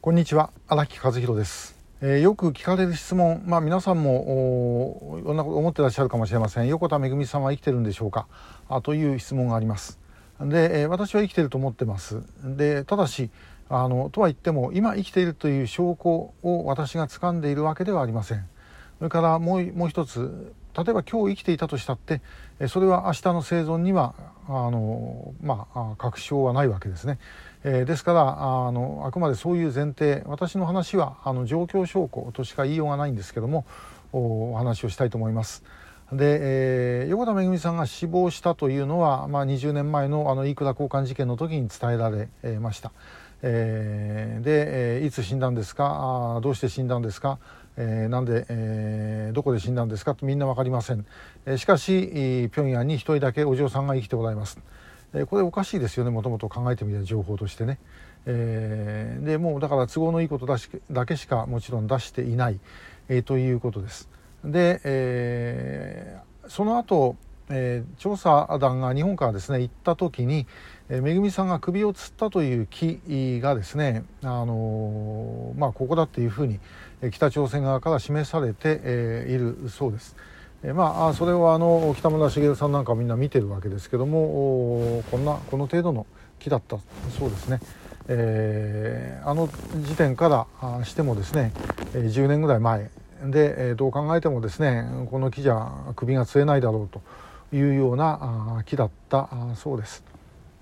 こんにちは、荒木和弘です。よく聞かれる質問、皆さんもいろんなこと思ってらっしゃるかもしれません。横田めぐみさんは生きてるんでしょうかという質問があります。で、私は生きていると思ってます。で、ただしとは言っても今生きているという証拠を私が掴んでいるわけではありません。それからもう一つ、例えば今日生きていたとしたってそれは明日の生存には確証はないわけですね。ですからあくまでそういう前提、私の話は状況証拠としか言いようがないんですけども、お話をしたいと思います。で、横田めぐみさんが死亡したというのは、20年前の飯倉交換事件の時に伝えられました。で、いつ死んだんですか、どうして死んだんですか、なんで、どこで死んだんですかとみんな分かりません。しかし平壌に一人だけお嬢さんが生きておられます。これおかしいですよね、もともと考えてみた情報としてね。でもうだから都合のいいことだけしかもちろん出していない、ということです。で、その後、調査団が日本からですね行った時に、めぐみさんが首を吊ったという木がですね、ここだっていうふうに北朝鮮側から示されて、いるそうです。それを北村茂さんなんかみんな見てるわけですけども、この程度の木だったそうですね。あの時点からしてもですね、10年ぐらい前で、どう考えてもですねこの木じゃ首が吊れないだろうというような木だったそうです。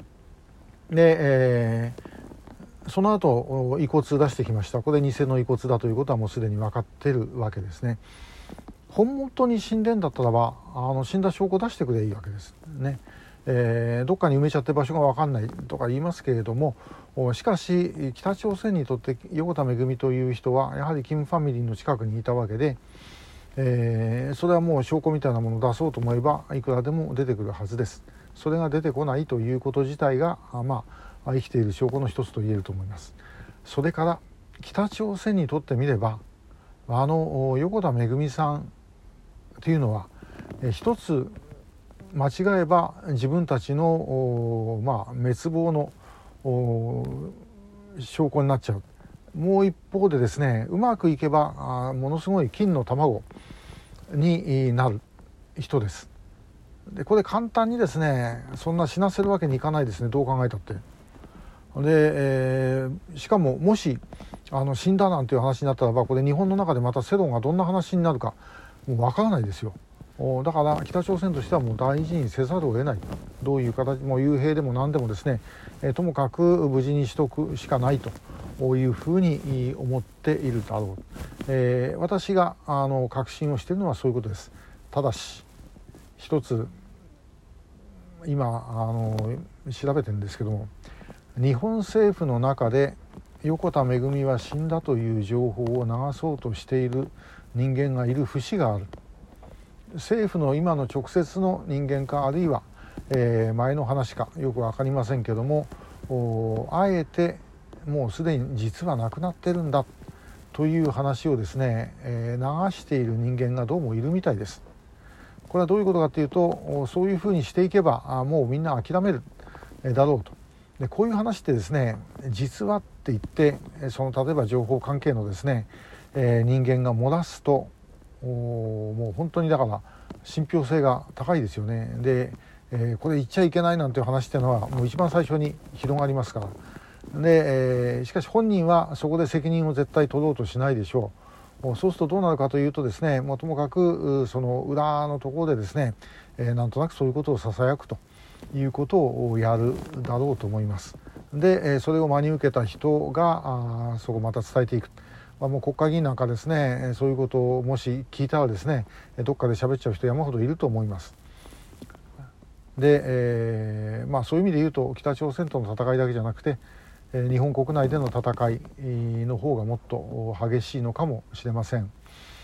で、その後遺骨出してきました。これ偽の遺骨だということはもうすでに分かってるわけですね。本元に死んでんだったらば死んだ証拠出してくれいいわけですね。どっかに埋めちゃって場所が分かんないとか言いますけれども、しかし北朝鮮にとって横田めぐみという人はやはりキムファミリーの近くにいたわけで、それはもう証拠みたいなものを出そうと思えばいくらでも出てくるはずです。それが出てこないということ自体が生きている証拠の一つと言えると思います。それから北朝鮮にとってみれば横田めぐみさんというのは一つ間違えば自分たちの滅亡の証拠になっちゃう。もう一方でですね、うまくいけばものすごい金の卵になる人です。でこれ簡単にですねそんな死なせるわけにいかないですね、どう考えたって。で、しかももし死んだなんていう話になったらば、これ日本の中でまた世論がどんな話になるかもう分からないですよ。だから北朝鮮としてはもう大事にせざるを得ない。どういう形も幽閉でも何でもですね、ともかく無事にしとくしかないというふうに思っているだろう。私が確信をしているのはそういうことです。ただし一つ今調べてるんですけども、日本政府の中で横田めぐみは死んだという情報を流そうとしている人間がいる節がある。政府の今の直接の人間か、あるいは、前の話かよく分かりませんけども、あえてもうすでに実は亡くなってるんだという話をですね、流している人間がどうもいるみたいです。これはどういうことかというと、そういうふうにしていけばもうみんな諦めるだろうと。でこういう話ってですね、実はって言って例えば情報関係のですね、人間が漏らすともう本当にだから信憑性が高いですよね。で、これ言っちゃいけないなんていう話っていうのはもう一番最初に広がりますから。で、しかし本人はそこで責任を絶対取ろうとしないでしょう。そうするとどうなるかというとですね、ともかくその裏のところでですね、なんとなくそういうことをささやくということをやるだろうと思います。で、それを真に受けた人がそこをまた伝えていく。もう国会議員なんかですね、そういうことをもし聞いたらですね、どっかで喋っちゃう人山ほどいると思います。で、そういう意味で言うと北朝鮮との戦いだけじゃなくて日本国内での戦いの方がもっと激しいのかもしれません。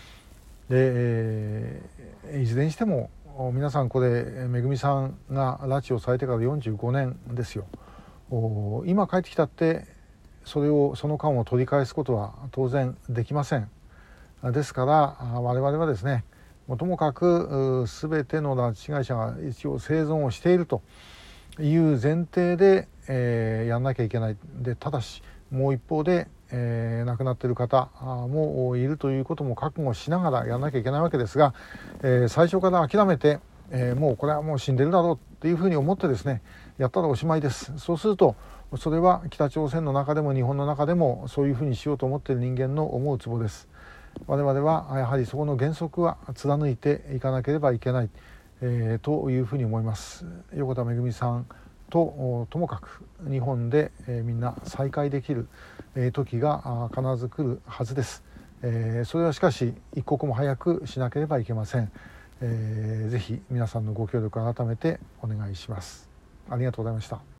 で、いずれにしても皆さんこれめぐみさんが拉致をされてから45年ですよ。今帰ってきたってその間を取り返すことは当然できません。ですから我々はですね、ともかく全ての拉致被害者が一応生存をしているという前提で、やんなきゃいけない。でただしもう一方で、 亡くなっている方もいるということも覚悟しながらやらなきゃいけないわけですが、最初から諦めて、もうこれはもう死んでるだろうっていうふうに思ってですねやったらおしまいです。そうするとそれは北朝鮮の中でも日本の中でもそういうふうにしようと思っている人間の思うツボです。我々はやはりそこの原則は貫いていかなければいけない、というふうに思います。横田めぐみさんともかく日本で、みんな再会できる、時が必ず来るはずです。それはしかし一刻も早くしなければいけません。ぜひ皆さんのご協力を改めてお願いします。ありがとうございました。